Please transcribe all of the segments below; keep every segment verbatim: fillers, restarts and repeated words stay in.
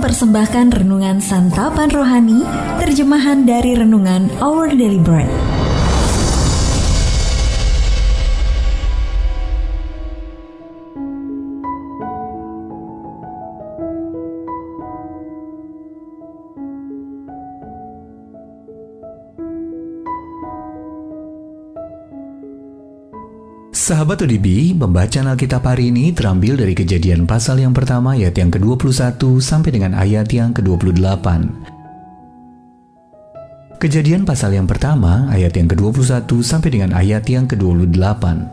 mempersembahkan renungan santapan rohani, terjemahan dari renungan Our Daily Bread. Sahabat O D B, pembacaan Alkitab hari ini terambil dari Kejadian pasal yang pertama ayat yang kedua puluh satu sampai dengan ayat yang kedua puluh delapan. Kejadian pasal yang pertama ayat yang kedua puluh satu sampai dengan ayat yang kedua puluh delapan.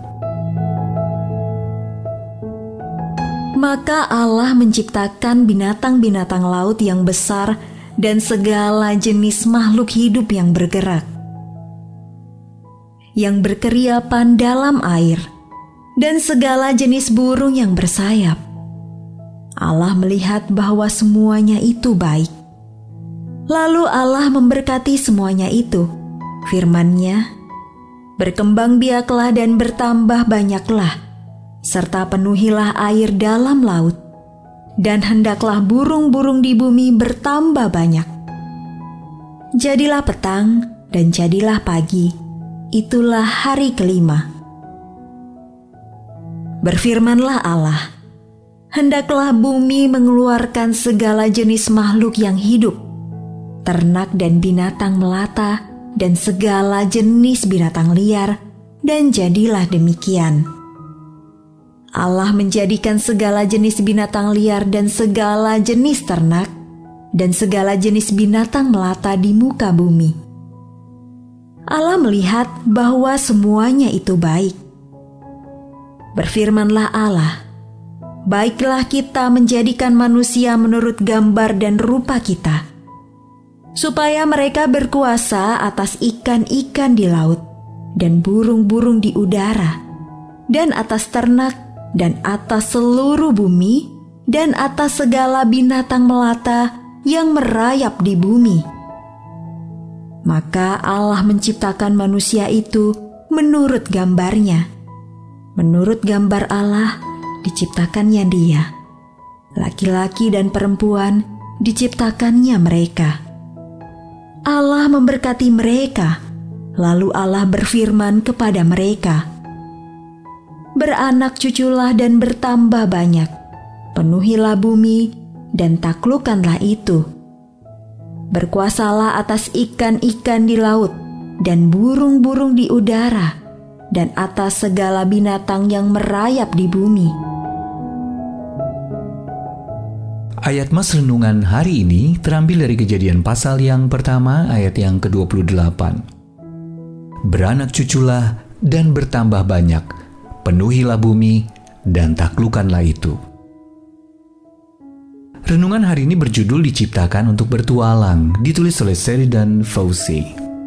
Maka Allah menciptakan binatang-binatang laut yang besar dan segala jenis makhluk hidup yang bergerak, yang berkeriapan dalam air, dan segala jenis burung yang bersayap. Allah melihat bahwa semuanya itu baik. Lalu Allah memberkati semuanya itu. Firman-Nya, "Berkembang biaklah dan bertambah banyaklah, serta penuhilah air dalam laut, dan hendaklah burung-burung di bumi bertambah banyak." Jadilah petang dan jadilah pagi. Itulah hari kelima. Berfirmanlah Allah, "Hendaklah bumi mengeluarkan segala jenis makhluk yang hidup, ternak dan binatang melata, dan segala jenis binatang liar," dan jadilah demikian. Allah menjadikan segala jenis binatang liar dan segala jenis ternak, dan segala jenis binatang melata di muka bumi. Allah melihat bahwa semuanya itu baik. Berfirmanlah Allah, "Baiklah kita menjadikan manusia menurut gambar dan rupa kita, supaya mereka berkuasa atas ikan-ikan di laut, dan burung-burung di udara, dan atas ternak, dan atas seluruh bumi, dan atas segala binatang melata yang merayap di bumi." Maka Allah menciptakan manusia itu menurut gambarnya. Menurut gambar Allah diciptakannya dia. Laki-laki dan perempuan diciptakannya mereka. Allah memberkati mereka. Lalu Allah berfirman kepada mereka, "Beranak cuculah dan bertambah banyak. Penuhilah bumi dan taklukkanlah itu. Berkuasalah atas ikan-ikan di laut dan burung-burung di udara, dan atas segala binatang yang merayap di bumi." Ayat mas renungan hari ini terambil dari Kejadian pasal yang pertama ayat yang kedua puluh delapan. "Beranak cuculah dan bertambah banyak, penuhilah bumi dan taklukkanlah itu." Renungan hari ini berjudul "Diciptakan untuk Bertualang", ditulis oleh Sheridan Fauci.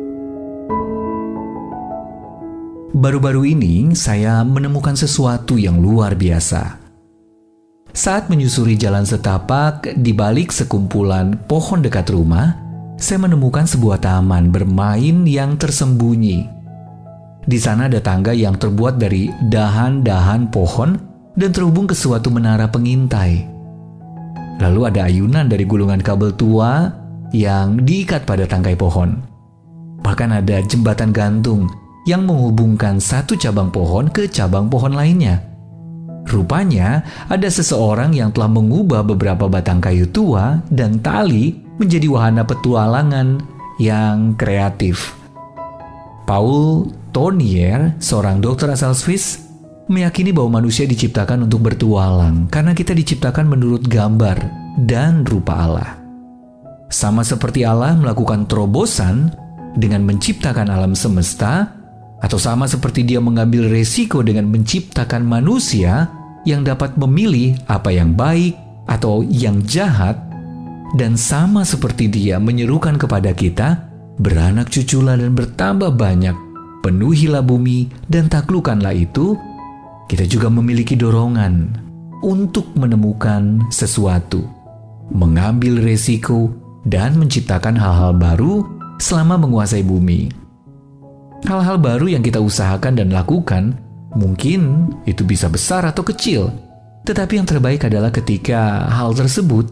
Baru-baru ini saya menemukan sesuatu yang luar biasa. Saat menyusuri jalan setapak di balik sekumpulan pohon dekat rumah, saya menemukan sebuah taman bermain yang tersembunyi. Di sana ada tangga yang terbuat dari dahan-dahan pohon dan terhubung ke suatu menara pengintai. Lalu ada ayunan dari gulungan kabel tua yang diikat pada tangkai pohon. Bahkan ada jembatan gantung yang menghubungkan satu cabang pohon ke cabang pohon lainnya. Rupanya ada seseorang yang telah mengubah beberapa batang kayu tua dan tali menjadi wahana petualangan yang kreatif. Paul Tournier, seorang dokter asal Swiss, meyakini bahwa manusia diciptakan untuk bertualang karena kita diciptakan menurut gambar dan rupa Allah. Sama seperti Allah melakukan terobosan dengan menciptakan alam semesta, atau sama seperti Dia mengambil resiko dengan menciptakan manusia yang dapat memilih apa yang baik atau yang jahat, dan sama seperti Dia menyerukan kepada kita, "Beranak cuculah dan bertambah banyak, penuhilah bumi dan taklukkanlah itu," kita juga memiliki dorongan untuk menemukan sesuatu, mengambil resiko, dan menciptakan hal-hal baru selama menguasai bumi. Hal-hal baru yang kita usahakan dan lakukan, mungkin itu bisa besar atau kecil, tetapi yang terbaik adalah ketika hal tersebut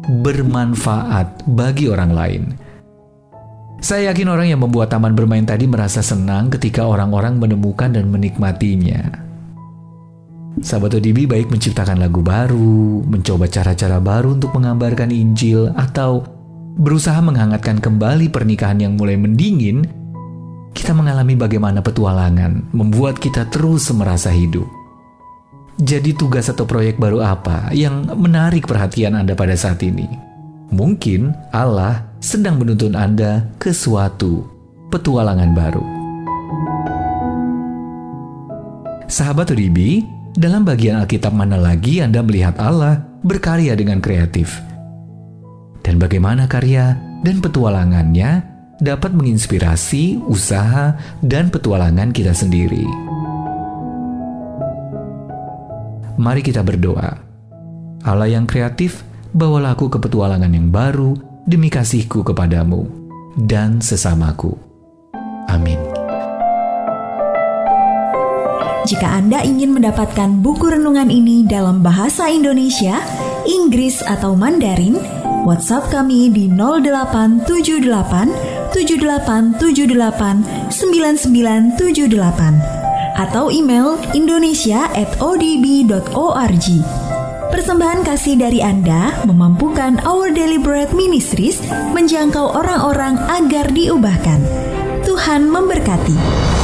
bermanfaat bagi orang lain. Saya yakin orang yang membuat taman bermain tadi merasa senang ketika orang-orang menemukan dan menikmatinya. Sahabat O D B baik menciptakan lagu baru, mencoba cara-cara baru untuk menggambarkan Injil, atau berusaha menghangatkan kembali pernikahan yang mulai mendingin, kita mengalami bagaimana petualangan membuat kita terus merasa hidup. Jadi tugas atau proyek baru apa yang menarik perhatian Anda pada saat ini? Mungkin Allah sedang menuntun Anda ke suatu petualangan baru. Sahabat O D B, dalam bagian Alkitab mana lagi Anda melihat Allah berkarya dengan kreatif? Dan bagaimana karya dan petualangannya dapat menginspirasi usaha dan petualangan kita sendiri? Mari kita berdoa. Allah yang kreatif, bawalah aku ke petualangan yang baru demi kasih-Ku kepadamu dan sesamaku. Amin. Jika Anda ingin mendapatkan buku renungan ini dalam bahasa Indonesia, Inggris atau Mandarin, WhatsApp kami di nol delapan tujuh delapan tujuh delapan tujuh delapan sembilan sembilan tujuh delapan atau email indonesia at o d b dot org. Persembahan kasih dari Anda memampukan Our Daily Bread Ministries menjangkau orang-orang agar diubahkan. Tuhan memberkati.